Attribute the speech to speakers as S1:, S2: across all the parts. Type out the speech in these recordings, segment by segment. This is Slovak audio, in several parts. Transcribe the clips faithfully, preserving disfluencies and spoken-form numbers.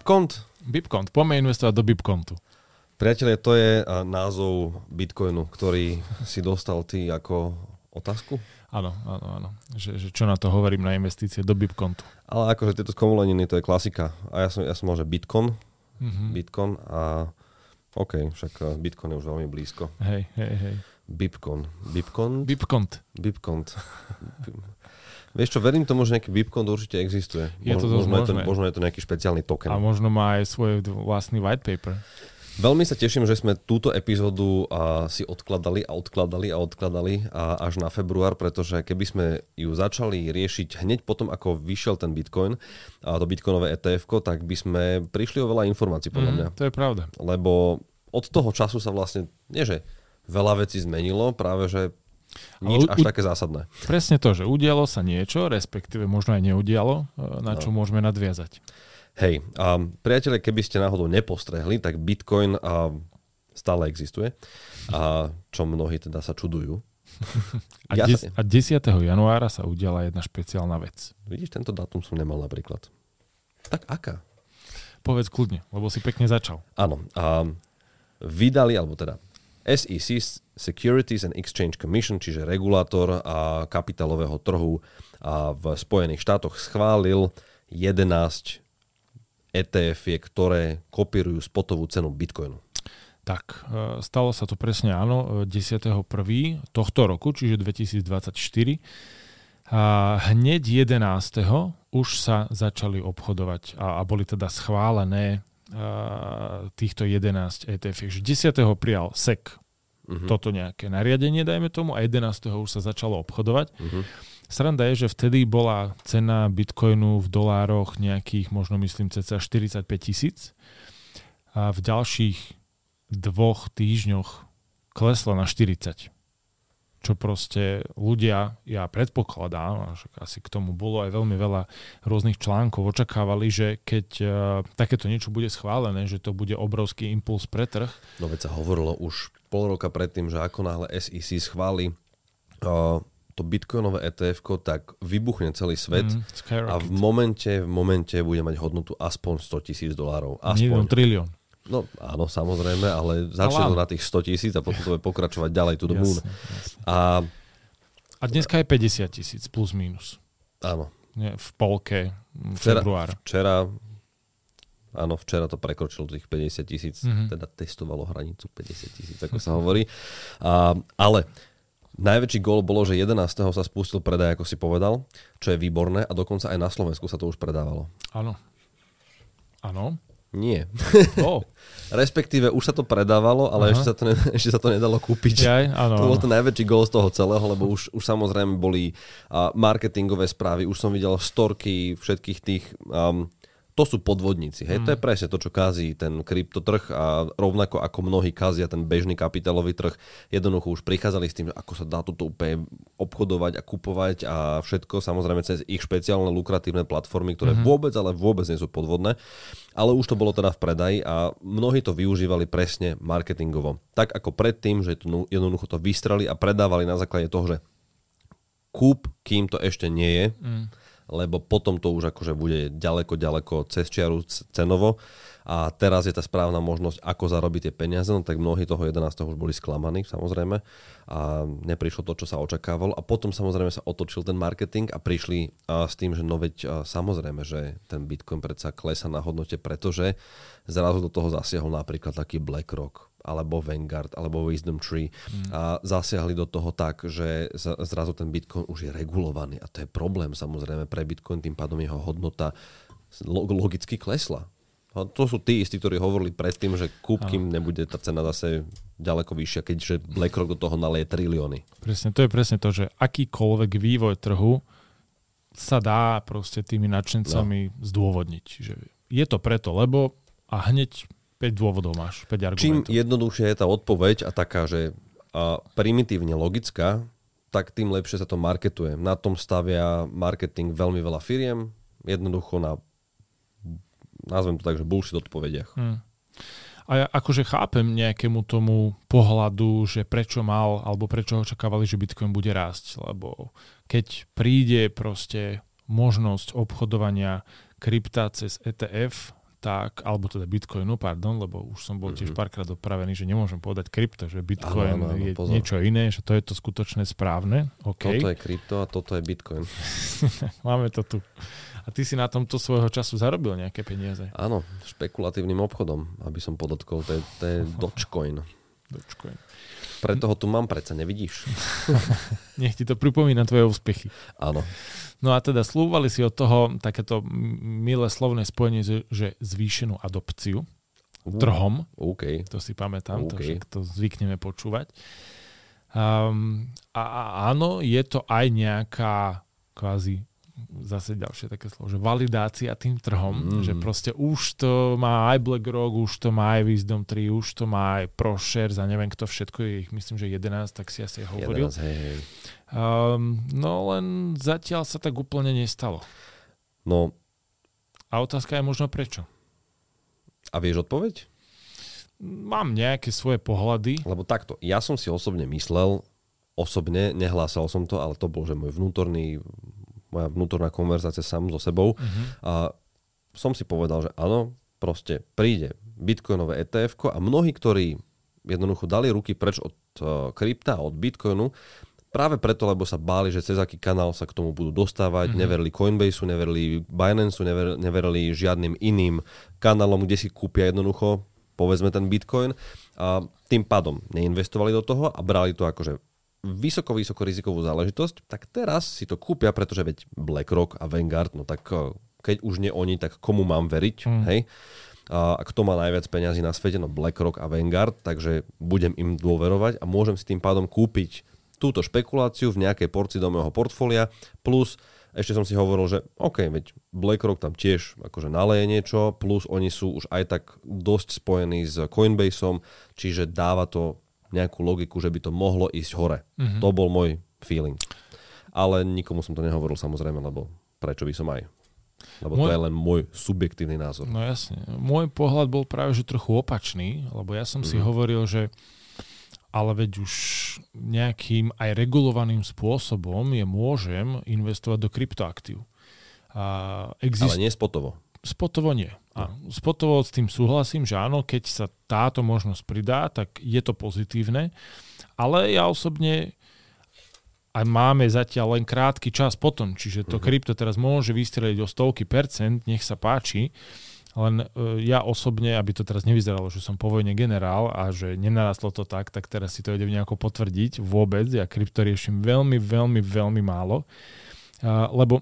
S1: Bipcont?
S2: Bipcont. Poďme investovať do Bipcontu.
S1: Priatelia, to je názov Bitcoinu, ktorý si dostal ty ako otázku?
S2: Áno, áno, áno. Že, že čo na to hovorím na investície do Bipcontu.
S1: Ale akože tieto skomuleniny, to je klasika. A ja som, ja som mal, že Bitcoin. Mm-hmm. Bitcoin a OK, však Bitcoin je už veľmi blízko.
S2: Hej, hej, hej.
S1: Bipcon. Bipcon?
S2: Bipcont.
S1: Bipcont. Vieš čo, verím tomu, že nejaký Bipcont určite existuje.
S2: Je to
S1: možno,
S2: možné.
S1: Je to, možno je to nejaký špeciálny token.
S2: A možno má aj svoj vlastný white paper.
S1: Veľmi sa teším, že sme túto epizódu a, si odkladali a odkladali a odkladali a, až na február, pretože keby sme ju začali riešiť hneď potom, ako vyšiel ten Bitcoin a to bitcoinové é té efko, tak by sme prišli o veľa informácií, podľa mňa.
S2: Mm, to je pravda.
S1: Lebo od toho času sa vlastne, nie že veľa vecí zmenilo, práve že nič
S2: Ale,
S1: až u, také zásadné.
S2: Presne to, že udialo sa niečo, respektíve možno aj neudialo, na čo no. môžeme nadviazať.
S1: Hej, a priatelia, keby ste náhodou nepostrehli, tak Bitcoin a, stále existuje, a čo mnohí teda sa čudujú.
S2: A, ja des, sa... a desiateho januára sa udiala jedna špeciálna vec.
S1: Vidíš, tento dátum som nemal napríklad. Tak aká?
S2: Povedz kľudne, lebo si pekne začal.
S1: Áno, a vydali, alebo teda es í cé, Securities and Exchange Commission, čiže regulátor a kapitálového trhu a v Spojených štátoch schválil jedenásť é té efiek, ktoré kopírujú spotovú cenu Bitcoinu.
S2: Tak, stalo sa to presne áno, desiateho prvého tohto roku, čiže dvetisícdvadsaťštyri. A hneď jedenásteho už sa začali obchodovať a, a boli teda schválené a, týchto jedenásť é té efiek. desiateho prijal es e cé uh-huh. toto nejaké nariadenie, dajme tomu, a jedenásteho už sa začalo obchodovať. Uh-huh. Sranda je, že vtedy bola cena Bitcoinu v dolároch nejakých, možno myslím, cca štyridsaťpäť tisíc. A v ďalších dvoch týždňoch klesla na štyridsať. Čo proste ľudia, ja predpokladám, že asi k tomu bolo aj veľmi veľa rôznych článkov, očakávali, že keď uh, takéto niečo bude schválené, že to bude obrovský impuls pre trh.
S1: No veď sa hovorilo už pol roka predtým, že ako náhle es í cé schváli uh, to bitcoinové é té efko, tak vybuchne celý svet mm, a v momente, v momente bude mať hodnotu aspoň sto tisíc dolárov.
S2: Milión, trilión.
S1: No áno, samozrejme, ale začne to na tých sto tisíc a potom to bude pokračovať ďalej to do moon. A,
S2: a dneska je päťdesiat tisíc plus minus.
S1: Áno.
S2: Nie, v polke
S1: včera,
S2: februára.
S1: Včera, áno, včera to prekročilo tých päťdesiat tisíc, mm-hmm. teda testovalo hranicu päťdesiat tisíc, ako sa hovorí. A, ale najväčší gól bolo, že jedenásteho sa spustil predaj, ako si povedal, čo je výborné a dokonca aj na Slovensku sa to už predávalo.
S2: Áno. Áno.
S1: Nie.
S2: Oh.
S1: Respektíve už sa to predávalo, ale ešte sa to, ne, ešte sa to nedalo kúpiť.
S2: Jaj, áno,
S1: to bol ten najväčší gól z toho celého, lebo už, už samozrejme boli uh, marketingové správy, už som videl storky všetkých tých... Um, to sú podvodníci. Hej? Mm. To je presne to, čo kazí ten kryptotrh a rovnako ako mnohí kazia ten bežný kapitálový trh. Jednoducho už prichádzali s tým, ako sa dá toto úplne obchodovať a kupovať a všetko, samozrejme cez ich špeciálne lukratívne platformy, ktoré mm-hmm. vôbec, ale vôbec nie sú podvodné. Ale už to bolo teda v predaji a mnohí to využívali presne marketingovo. Tak ako predtým, že to jednoducho to vystreli a predávali na základe toho, že kúp, kým to ešte nie je, mm. lebo potom to už akože bude ďaleko, ďaleko cez čiaru cenovo a teraz je tá správna možnosť, ako zarobiť tie peniaze, no tak mnohí toho jedenásteho už boli sklamaní, samozrejme, a neprišlo to, čo sa očakávalo a potom samozrejme sa otočil ten marketing a prišli a, s tým, že no veď a, samozrejme, že ten Bitcoin predsa klesá na hodnote, pretože zrazu do toho zasiahol napríklad taký BlackRock alebo Vanguard, alebo Wisdom Tree mm. a zasiahli do toho tak, že zrazu ten Bitcoin už je regulovaný a to je problém samozrejme pre Bitcoin, tým pádom jeho hodnota logicky klesla. A to sú tí istí, ktorí hovorili predtým, že kúp, kým nebude tá cena zase ďaleko vyššia, keďže BlackRock do toho naleje trilióny.
S2: Presne, to je presne to, že akýkoľvek vývoj trhu sa dá proste tými nadšencami no. zdôvodniť. Že je to preto, lebo a hneď päť dôvodov máš, päť argumentov.
S1: Čím jednoduchšia je tá odpoveď a taká, že a primitívne logická, tak tým lepšie sa to marketuje. Na tom stavia marketing veľmi veľa firiem, jednoducho na, nazvem to tak, že bullshit odpovediach. Hmm.
S2: A ja akože chápem nejakému tomu pohľadu, že prečo mal, alebo prečo očakávali, že Bitcoin bude rásť, lebo keď príde proste možnosť obchodovania krypta cez é té ef, tak, alebo teda Bitcoinu, pardon, lebo už som bol mm-hmm. tiež párkrát dopravený, že nemôžem povedať krypto, že Bitcoin áno, áno, je pozor. Niečo iné, že to je to skutočné správne. Okay.
S1: Toto je krypto a toto je Bitcoin.
S2: Máme to tu. A ty si na tomto svojho času zarobil nejaké peniaze.
S1: Áno, špekulatívnym obchodom, aby som podotkol, to je, to je Dogecoin.
S2: Dogecoin.
S1: Preto ho tu mám, predsa nevidíš.
S2: Nech ti to pripomína tvoje úspechy.
S1: Áno.
S2: No a teda slúbali si od toho takéto milé slovné spojenie, že zvýšenú adopciu uh, trhom.
S1: Okay.
S2: To si pamätám,
S1: okay.
S2: to, to zvykneme počúvať. Um, a, a áno, je to aj nejaká kvázi zase ďalšie také slovo, že validácia tým trhom, mm. že proste už to má aj BlackRock, už to má aj Wisdom tri, už to má aj ProShares a neviem kto všetko, je ich myslím, že jedenásť, tak si asi hovoril.
S1: jedenásť, hej, hej.
S2: Um, no len zatiaľ sa tak úplne nestalo.
S1: No.
S2: A otázka je možno prečo.
S1: A vieš odpoveď?
S2: Mám nejaké svoje pohľady.
S1: Lebo takto, ja som si osobne myslel, osobne, nehlásal som to, ale to bol, že môj vnútorný moja vnútorná konverzácia sám so sebou. Uh-huh. A som si povedal, že áno, proste príde bitcoinové é té efko a mnohí, ktorí jednoducho dali ruky preč od uh, krypta, od bitcoinu, práve preto, lebo sa báli, že cez aký kanál sa k tomu budú dostávať, uh-huh. neverili Coinbaseu, neverili Binanceu, never, neverili žiadnym iným kanálom, kde si kúpia jednoducho, povedzme ten bitcoin. A tým pádom neinvestovali do toho a brali to akože vysoko, vysoko rizikovú záležitosť, tak teraz si to kúpia, pretože veď BlackRock a Vanguard, no tak keď už nie oni, tak komu mám veriť, mm. hej? A kto má najviac peňazí na svete, no BlackRock a Vanguard, takže budem im dôverovať a môžem si tým pádom kúpiť túto špekuláciu v nejakej porcii do môjho portfólia, plus ešte som si hovoril, že OK, veď BlackRock tam tiež akože naleje niečo, plus oni sú už aj tak dosť spojení s Coinbaseom, čiže dáva to nejakú logiku, že by to mohlo ísť hore. Mm-hmm. To bol môj feeling. Ale nikomu som to nehovoril samozrejme, lebo prečo by som aj? Lebo môj... to je len môj subjektívny názor.
S2: No jasne. Môj pohľad bol práve že trochu opačný, lebo ja som mm-hmm. si hovoril, že ale veď už nejakým aj regulovaným spôsobom je môžem investovať do kryptoaktív. A exist...
S1: Ale nie spotovo.
S2: Spotovo nie. A spotovo s tým súhlasím, že áno, keď sa táto možnosť pridá, tak je to pozitívne. Ale ja osobne aj máme zatiaľ len krátky čas potom, čiže to uh-huh. krypto teraz môže vystreliť o stovky percent, nech sa páči. Len uh, ja osobne, aby to teraz nevyzeralo, že som po vojne generál a že nenarastlo to tak, tak teraz si to idem nejako potvrdiť vôbec. Ja krypto riešim veľmi, veľmi, veľmi málo. Uh, lebo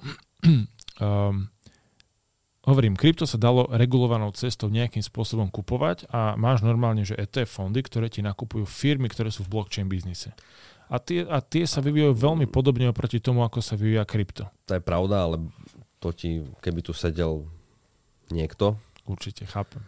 S2: um, hovorím, krypto sa dalo regulovanou cestou nejakým spôsobom kupovať a máš normálne, že é té ef fondy, ktoré ti nakupujú firmy, ktoré sú v blockchain biznise. A tie, a tie sa vyvíjajú veľmi podobne oproti tomu, ako sa vyvíja krypto.
S1: To je pravda, ale to ti, keby tu sedel niekto...
S2: Určite, chápem.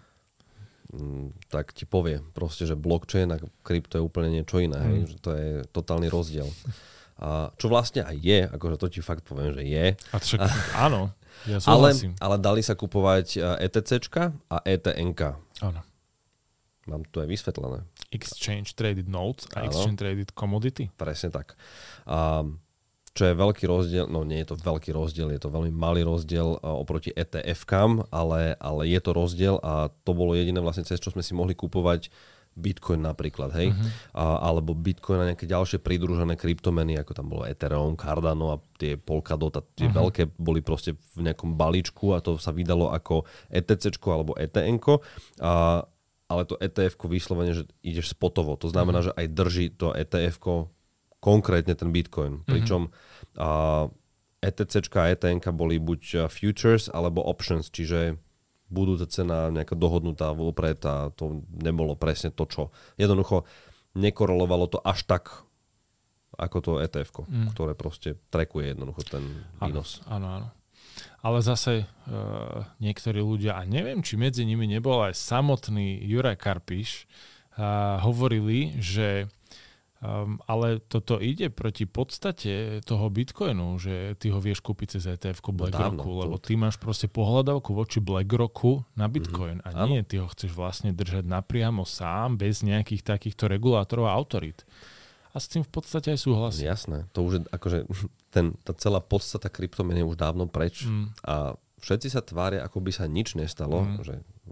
S1: Tak ti povie proste, že blockchain a krypto je úplne niečo iné. Mm. Hej? Že to je totálny rozdiel. A čo vlastne aj je, akože to ti fakt poviem, že je.
S2: A však, a, áno. Ja
S1: ale, ale dali sa kupovať ETCčka a é té enka.
S2: Áno.
S1: Mám tu aj vysvetlené.
S2: Exchange Traded Notes a áno. Exchange Traded Commodity.
S1: Presne tak. A čo je veľký rozdiel, no nie je to veľký rozdiel, je to veľmi malý rozdiel oproti é té efkám, ale, ale je to rozdiel a to bolo jediné vlastne cez čo sme si mohli kupovať Bitcoin napríklad, hej, uh-huh. a, alebo Bitcoin a nejaké ďalšie pridružené kryptomeny, ako tam bolo Ethereum, Cardano a tie Polkadot a tie uh-huh. veľké boli proste v nejakom balíčku a to sa vydalo ako ETCčko alebo é té enko, a, ale to é té efko vyslovene, že ideš spotovo, to znamená, uh-huh. že aj drží to é té efko konkrétne ten Bitcoin, uh-huh. pričom a, ETCčka a é té enka boli buď futures alebo options, čiže budúca cena nejaká dohodnutá vopred a to nebolo presne to, čo jednoducho nekorelovalo to až tak, ako to é té efko, mm. ktoré proste trackuje jednoducho ten výnos.
S2: Áno, áno. Ale zase e, niektorí ľudia, a neviem, či medzi nimi nebol aj samotný Juraj Karpiš, a hovorili, že Um, ale toto ide proti podstate toho Bitcoinu, že ty ho vieš kúpiť cez é té efko BlackRocku, no lebo ty máš proste pohľadavku voči BlackRocku na Bitcoin mm-hmm. a nie, ty ho chceš vlastne držať napriamo sám, bez nejakých takýchto regulátorov a autorít. A s tým v podstate aj súhlasím.
S1: Jasné, to už je akože ten, tá celá podstata kryptomien je už dávno preč mm. a všetci sa tvária, ako by sa nič nestalo, mm. že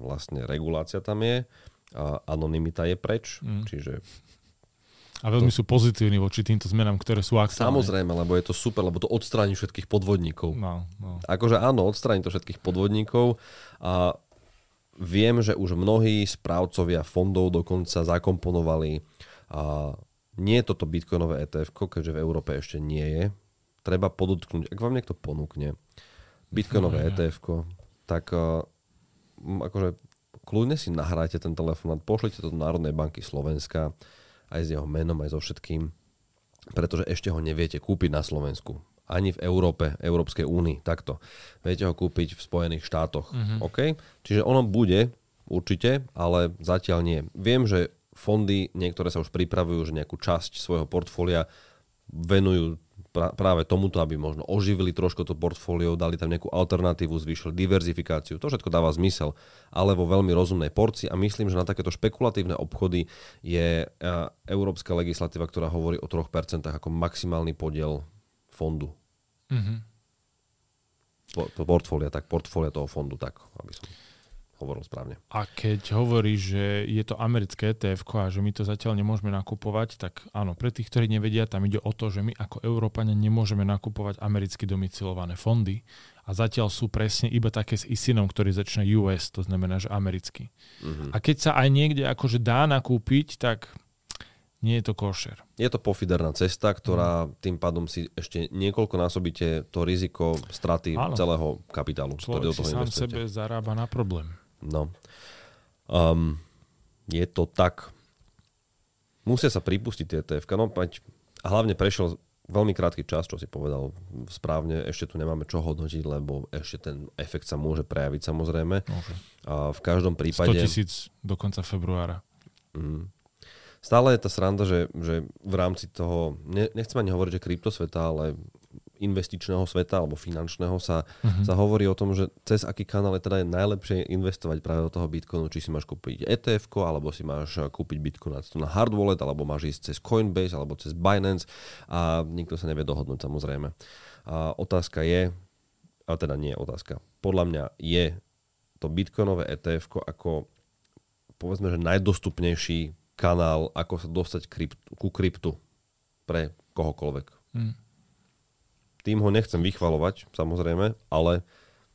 S1: vlastne regulácia tam je, a anonymita je preč, mm. čiže...
S2: A veľmi to... sú pozitívni voči týmto zmenám, ktoré sú aktuálne.
S1: Samozrejme, lebo je to super, lebo to odstráni všetkých podvodníkov.
S2: No, no.
S1: Akože áno, odstráni to všetkých podvodníkov a viem, že už mnohí správcovia fondov dokonca zakomponovali a nie je toto bitcoinové é té efko, keďže v Európe ešte nie je. Treba podotknúť, ak vám niekto ponúkne bitcoinové no, é té efko, tak uh, akože kľudne si nahrajte ten telefonát, pošlite to do Národnej banky Slovenska, aj s jeho menom, aj so všetkým, pretože ešte ho neviete kúpiť na Slovensku. Ani v Európe, Európskej únii, takto. Viete ho kúpiť v Spojených štátoch. Mm-hmm. OK? Čiže ono bude, určite, ale zatiaľ nie. Viem, že fondy, niektoré sa už pripravujú, že nejakú časť svojho portfólia venujú pra- práve tomuto, aby možno oživili trošku to portfólio, dali tam nejakú alternatívu, zvýšili diverzifikáciu. To všetko dáva zmysel, ale vo veľmi rozumnej porcii a myslím, že na takéto špekulatívne obchody je európska legislatíva, ktorá hovorí o tri percentá ako maximálny podiel fondu. Mm-hmm. Po, portfólia, tak portfólia toho fondu, tak, aby som hovoril správne.
S2: A keď hovorí, že je to americké é té efko a že my to zatiaľ nemôžeme nakupovať, tak áno, pre tých, ktorí nevedia, tam ide o to, že my ako Európania nemôžeme nakupovať americky domicilované fondy a zatiaľ sú presne iba také s isinom, ktorý začína ú es, to znamená, že americky. Mm-hmm. A keď sa aj niekde akože dá nakúpiť, tak nie je to košer.
S1: Je to pofiderná cesta, ktorá mm. tým pádom si ešte niekoľkonásobíte to riziko straty áno. celého kapitálu.
S2: Človek si sám sebe zarába na problém.
S1: No. Um, je to tak. Musia sa pripustiť tie é té efka. No, a hlavne prešiel veľmi krátky čas, čo si povedal správne. Ešte tu nemáme čo hodnotiť, lebo ešte ten efekt sa môže prejaviť samozrejme. Okay. A v každom prípade...
S2: sto tisíc do konca februára.
S1: Mm. Stále je tá sranda, že, že v rámci toho, ne, nechcem ani hovoriť, že kryptosveta, ale investičného sveta alebo finančného sa, uh-huh. sa hovorí o tom, že cez aký kanál je teda najlepšie investovať práve do toho Bitcoinu, či si máš kúpiť é té efko, alebo si máš kúpiť Bitcoin na hard wallet, alebo máš ísť cez Coinbase, alebo cez Binance a nikto sa nevie dohodnúť samozrejme. A otázka je, a teda nie je otázka, podľa mňa je to Bitcoinové é té efko ako povedzme, že najdostupnejší kanál, ako sa dostať krypt, ku kryptu pre kohokoľvek. Hmm. Tým ho nechcem vychvalovať, samozrejme, ale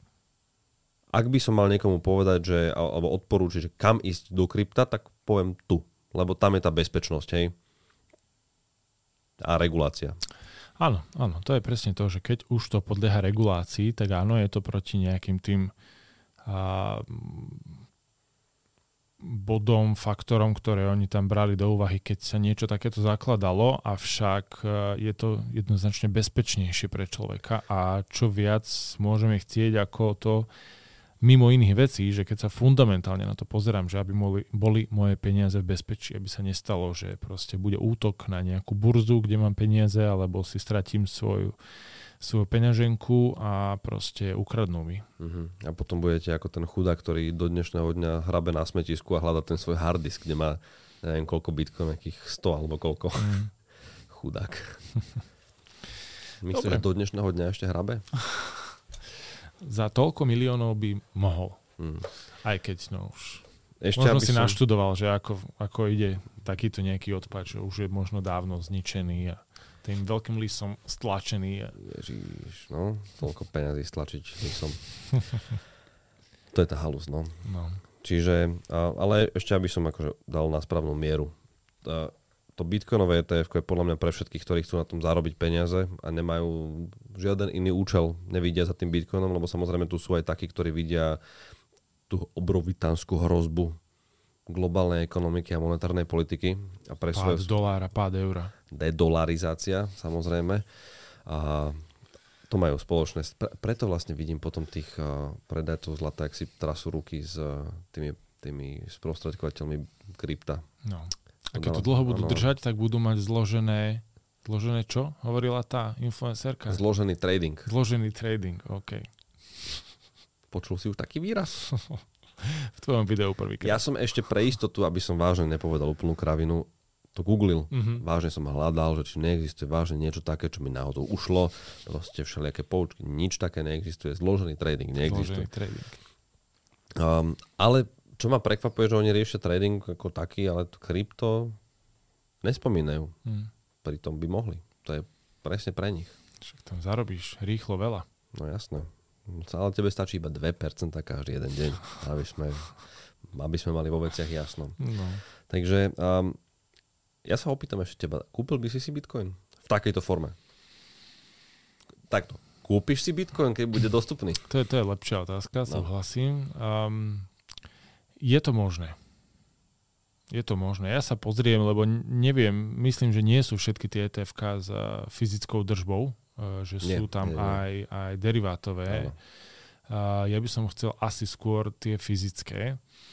S1: ak by som mal niekomu povedať, že, alebo odporúčiť, že kam ísť do krypta, tak poviem tu, lebo tam je tá bezpečnosť, hej, a regulácia.
S2: Áno, áno, to je presne to, že keď už to podlieha regulácii, tak áno, je to proti nejakým tým a, bodom, faktorom, ktoré oni tam brali do úvahy, keď sa niečo takéto zakladalo, avšak je to jednoznačne bezpečnejšie pre človeka a čo viac môžeme chcieť ako to mimo iných vecí, že keď sa fundamentálne na to pozerám, že aby boli, boli moje peniaze v bezpečí, aby sa nestalo, že proste bude útok na nejakú burzu, kde mám peniaze, alebo si stratím svoju svoju peňaženku a proste ukradnú mi.
S1: Uh-huh. A potom budete ako ten chudák, ktorý do dnešného dňa hrabe na smetisku a hľada ten svoj harddisk, kde má neviem koľko bitcoin, nejakých sto alebo koľko. Mm. Chudák. Myslíš, že do dnešného dňa ešte hrabe?
S2: Za toľko miliónov by mohol. Mm. Aj keď no už... Ešte možno si som... naštudoval, že ako, ako ide takýto nejaký odpad, že už je možno dávno zničený a tým veľkým lisom stlačený.
S1: Ježiš, no, toľko peňazí stlačiť lisom. To je tá halus, no. no. Čiže, ale ešte aby som akože dal na správnu mieru. To bitcoinové é té efko je podľa mňa pre všetkých, ktorí chcú na tom zarobiť peniaze a nemajú žiaden iný účel, nevidia za tým bitcoinom, lebo samozrejme tu sú aj takí, ktorí vidia tú obrovitánsku hrozbu globálnej ekonomiky a monetárnej politiky. A pre
S2: pád svoje... dolára, pád eura.
S1: Dedolarizácia, samozrejme. A to majú spoločné. Pre, preto vlastne vidím potom tých uh, predajcov zlata, ak si trasú ruky s uh, tými, tými sprostredkovateľmi krypta.
S2: No. A keď to dlho budú ano. držať, tak budú mať zložené zložené čo? Hovorila tá influencerka?
S1: Zložený trading.
S2: Zložený trading, OK.
S1: Počul si už taký výraz?
S2: V tvojom videu prvýkrát.
S1: Ja som ešte pre istotu, aby som vážne nepovedal úplnú kravinu, to googlil. Mm-hmm. Vážne som hľadal, že či neexistuje vážne niečo také, čo mi náhodou ušlo. Proste všelijaké poučky. Nič také neexistuje. Zložený trading neexistuje.
S2: Zložený trading.
S1: Um, ale čo ma prekvapuje, že oni riešia trading ako taký, ale to krypto nespomínajú. Hmm. Pritom by mohli. To je presne pre nich.
S2: Však tam zarobíš rýchlo veľa.
S1: No jasné. Ale tebe stačí iba dve percentá každý jeden deň, aby sme, aby sme mali vo veciach jasno.
S2: No.
S1: Takže um, ja sa opýtam ešte teba, kúpil by si si Bitcoin v takejto forme? Takto. Kúpiš si Bitcoin, keď bude dostupný?
S2: To je, to je lepšia otázka, súhlasím. Um, je to možné. Je to možné. Ja sa pozriem, lebo neviem, myslím, že nie sú všetky tie é té efka s fyzickou držbou, že sú nie, tam nie, aj, nie. aj derivátové. Uh, ja by som chcel asi skôr tie fyzické.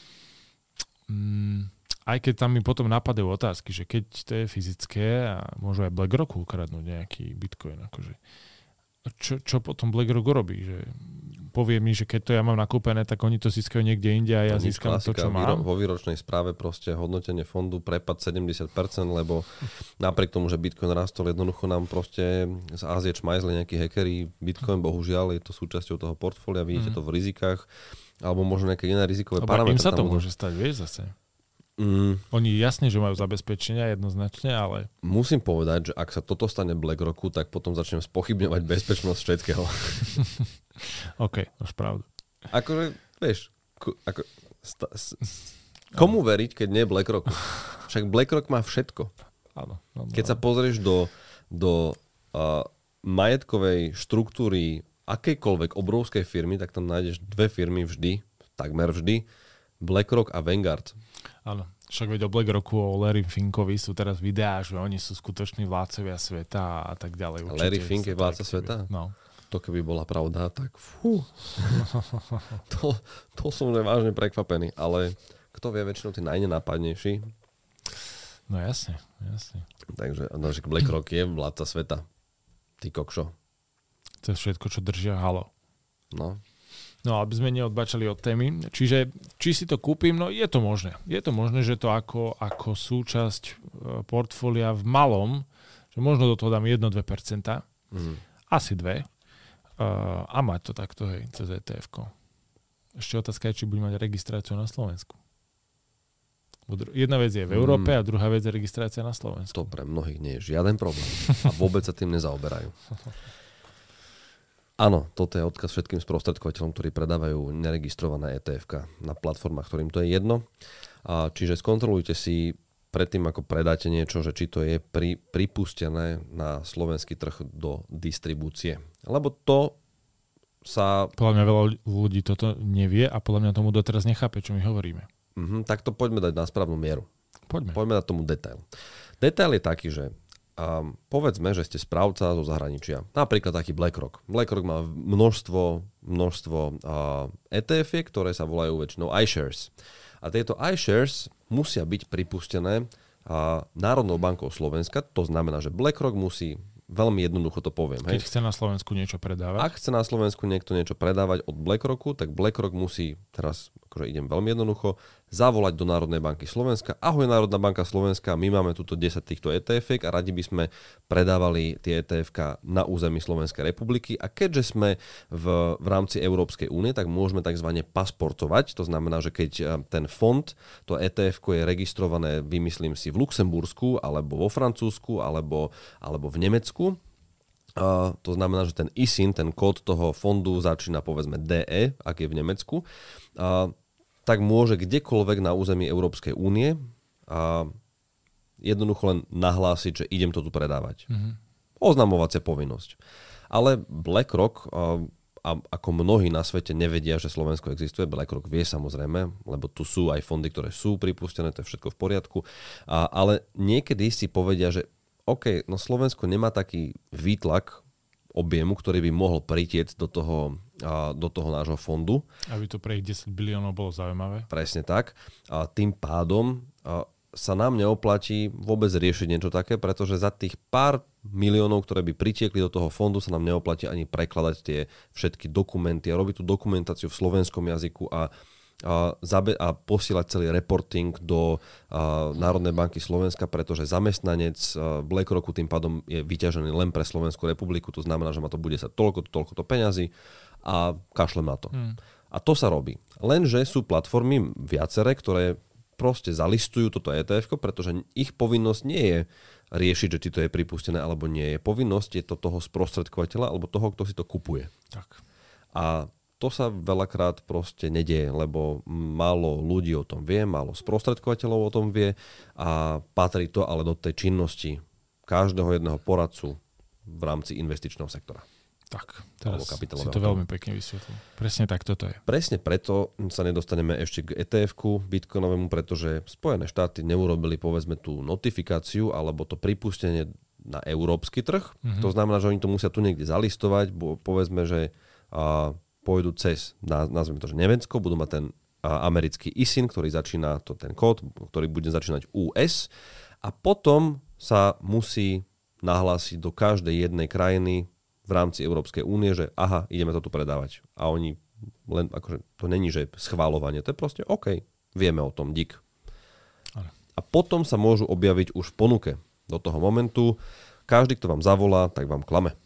S2: Um, aj keď tam mi potom napadajú otázky, že keď to je fyzické a môžu aj BlackRocku ukradnúť nejaký Bitcoin, akože Čo, čo potom BlackRock robí? Že povie mi, že keď to ja mám nakúpené, tak oni to získajú niekde inde a ja
S1: no,
S2: získam
S1: klasika,
S2: to, čo mám.
S1: Vo výročnej správe proste hodnotenie fondu prepad sedemdesiat percent, lebo napriek tomu, že Bitcoin rastol, jednoducho nám proste z Ázie čmajzli nejakí hackeri. Bitcoin, bohužiaľ, je to súčasťou toho portfólia, vidíte mm. to v rizikách, alebo možno nejaké iné rizikové
S2: Lebo
S1: parametre.
S2: Im sa to
S1: budú...
S2: môže stať, vieš zase.
S1: Mm.
S2: Oni jasne, že majú zabezpečenia jednoznačne, ale...
S1: Musím povedať, že ak sa toto stane BlackRocku, tak potom začnem spochybňovať bezpečnosť všetkého.
S2: OK, máš pravdu.
S1: Akože, vieš, ku, ako, sta, s, komu veriť, keď nie BlackRocku? Však BlackRock má všetko.
S2: Áno. No, no,
S1: keď sa pozrieš do, do uh, majetkovej štruktúry akejkoľvek obrovskej firmy, tak tam nájdeš dve firmy vždy, takmer vždy, BlackRock a Vanguard.
S2: Áno, však veď o BlackRocku, o Larry Finkovi sú teraz videá, že oni sú skutoční vládcovia sveta a tak ďalej. Určite
S1: Larry Fink je vládca sveta?
S2: No.
S1: To keby bola pravda, tak fú. to, to som vážne prekvapený, ale kto vie, väčšinou tí najnenápadnejší.
S2: No jasne, jasne.
S1: Takže BlackRock je vládca sveta. Ty kokšo.
S2: To je všetko, čo držia halo.
S1: No.
S2: No, aby sme neodbačali od témy. Čiže, či si to kúpim, no je to možné. Je to možné, že to ako, ako súčasť portfólia v malom, že možno do toho dám jedno až dve percentá, mm. asi dve, uh, a mať to takto, hej, cez é té efko. Ešte otázka je, či budem mať registráciu na Slovensku. Jedna vec je v Európe mm. a druhá vec je registrácia na Slovensku.
S1: To pre mnohých nie je žiaden problém. A vôbec sa tým nezaoberajú. Áno, toto je odkaz všetkým sprostredkovateľom, ktorí predávajú neregistrované é té efka na platformách, ktorým to je jedno. A čiže skontrolujte si predtým, ako predáte niečo, že či to je pri, pripustené na slovenský trh do distribúcie. Lebo to sa...
S2: Podľa mňa veľa ľudí toto nevie a podľa mňa tomu doteraz nechápe, čo my hovoríme.
S1: Mm-hmm, tak to poďme dať na správnu mieru.
S2: Poďme.
S1: Poďme dať tomu detail. Detail je taký, že Um, povedzme, že ste správca zo zahraničia. Napríklad taký BlackRock. BlackRock má množstvo, množstvo uh, é té ef, ktoré sa volajú väčšinou iShares. A tieto iShares musia byť pripustené uh, Národnou bankou Slovenska. To znamená, že BlackRock musí, veľmi jednoducho to poviem.
S2: Keď
S1: hej.
S2: chce na Slovensku niečo predávať.
S1: Ak chce na Slovensku niekto niečo predávať od BlackRocku, tak BlackRock musí, teraz akože idem veľmi jednoducho, zavolať do Národnej banky Slovenska. Ahoj Národná banka Slovenska, my máme tuto desať týchto é té efek a radi by sme predávali tie é té efka na území Slovenskej republiky. A keďže sme v, v rámci Európskej únie, tak môžeme tzv. Pasportovať. To znamená, že keď ten fond, to é té efko je registrované, vymyslím si, v Luxembursku, alebo vo Francúzsku, alebo, alebo v Nemecku. Uh, to znamená, že ten í es í en, ten kód toho fondu začína povedzme dé é, ak je v Nemecku, uh, tak môže kdekoľvek na území Európskej únie uh, jednoducho len nahlásiť, že idem to tu predávať. Mm-hmm. Oznamovacia povinnosť. Ale BlackRock, uh, a ako mnohí na svete nevedia, že Slovensko existuje, BlackRock vie samozrejme, lebo tu sú aj fondy, ktoré sú pripustené, to je všetko v poriadku, uh, ale niekedy si povedia, že OK, no Slovensko nemá taký výtlak objemu, ktorý by mohol pritiec do toho, a, do toho nášho fondu.
S2: Aby to pre ich desať biliónov bolo zaujímavé.
S1: Presne tak. A tým pádom a, sa nám neoplatí vôbec riešiť niečo také, pretože za tých pár miliónov, ktoré by pritiekli do toho fondu, sa nám neoplatí ani prekladať tie všetky dokumenty a robiť tú dokumentáciu v slovenskom jazyku a A, zabe- a posielať celý reporting do a, Národnej banky Slovenska, pretože zamestnanec a, BlackRocku tým pádom je vyťažený len pre Slovenskú republiku, to znamená, že ma to bude sa toľko, toľko to peňazí a kašlem na to. Hmm. A to sa robí. Lenže sú platformy viaceré, ktoré proste zalistujú toto é té efko, pretože ich povinnosť nie je riešiť, že či to je pripustené alebo nie je. Povinnosť je to toho sprostredkovateľa alebo toho, kto si to kupuje.
S2: Tak.
S1: A to sa veľakrát proste nedieje, lebo málo ľudí o tom vie, málo sprostredkovateľov o tom vie a patrí to ale do tej činnosti každého jedného poradcu v rámci investičného sektora.
S2: Tak, teraz si to veľmi pekne vysvetlil. Presne tak toto je.
S1: Presne preto sa nedostaneme ešte k é té efku bitcoinovému, pretože Spojené štáty neurobili povedzme tú notifikáciu alebo to pripustenie na európsky trh. Mm-hmm. To znamená, že oni to musia tu niekde zalistovať, bo povedzme, že a, pôjdu cez, nazvime to, že Nemecko, budú mať ten a, americký í es í en, ktorý začína, to ten kód, ktorý bude začínať ú es a potom sa musí nahlásiť do každej jednej krajiny v rámci Európskej únie, že aha, ideme to tu predávať. A oni len, akože to není, že schváľovanie, to je proste OK, vieme o tom, dík. Ale. A potom sa môžu objaviť už v ponuke. Do toho momentu každý, kto vám zavolá, tak vám klame.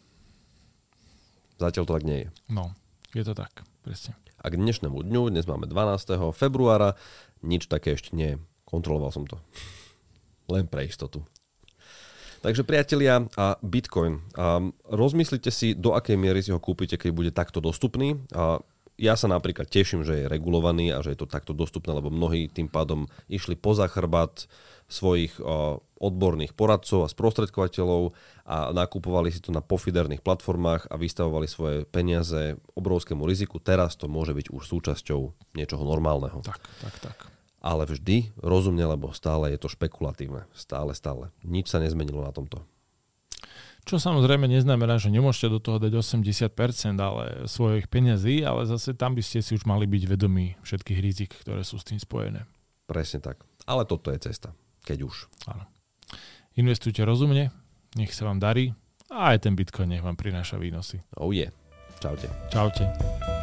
S1: Zatiaľ to tak nie je.
S2: No, je to tak, presne.
S1: A k dnešnému dňu, dnes máme dvanásteho februára, nič také ešte nie je. Kontroloval som to. Len pre istotu. Takže priatelia, a Bitcoin. A rozmyslite si, do akej miery si ho kúpite, keď bude takto dostupný. A ja sa napríklad teším, že je regulovaný a že je to takto dostupné, lebo mnohí tým pádom išli poza chrbát svojich odborných poradcov a sprostredkovateľov a nakupovali si to na pofiderných platformách a vystavovali svoje peniaze obrovskému riziku. Teraz to môže byť už súčasťou niečoho normálneho.
S2: Tak, tak, tak.
S1: Ale vždy rozumne, lebo stále je to špekulatívne. Stále, stále. Nič sa nezmenilo na tomto.
S2: Čo samozrejme neznamená, že nemôžete do toho dať osemdesiat percent ale svojich peňazí, ale zase tam by ste si už mali byť vedomí všetkých rizik, ktoré sú s tým spojené.
S1: Presne tak. Ale toto je cesta. Keď už.
S2: Áno. Investujte rozumne, nech sa vám darí a aj ten Bitcoin nech vám prináša výnosy.
S1: Oh je. Yeah. Čaute.
S2: Čaute.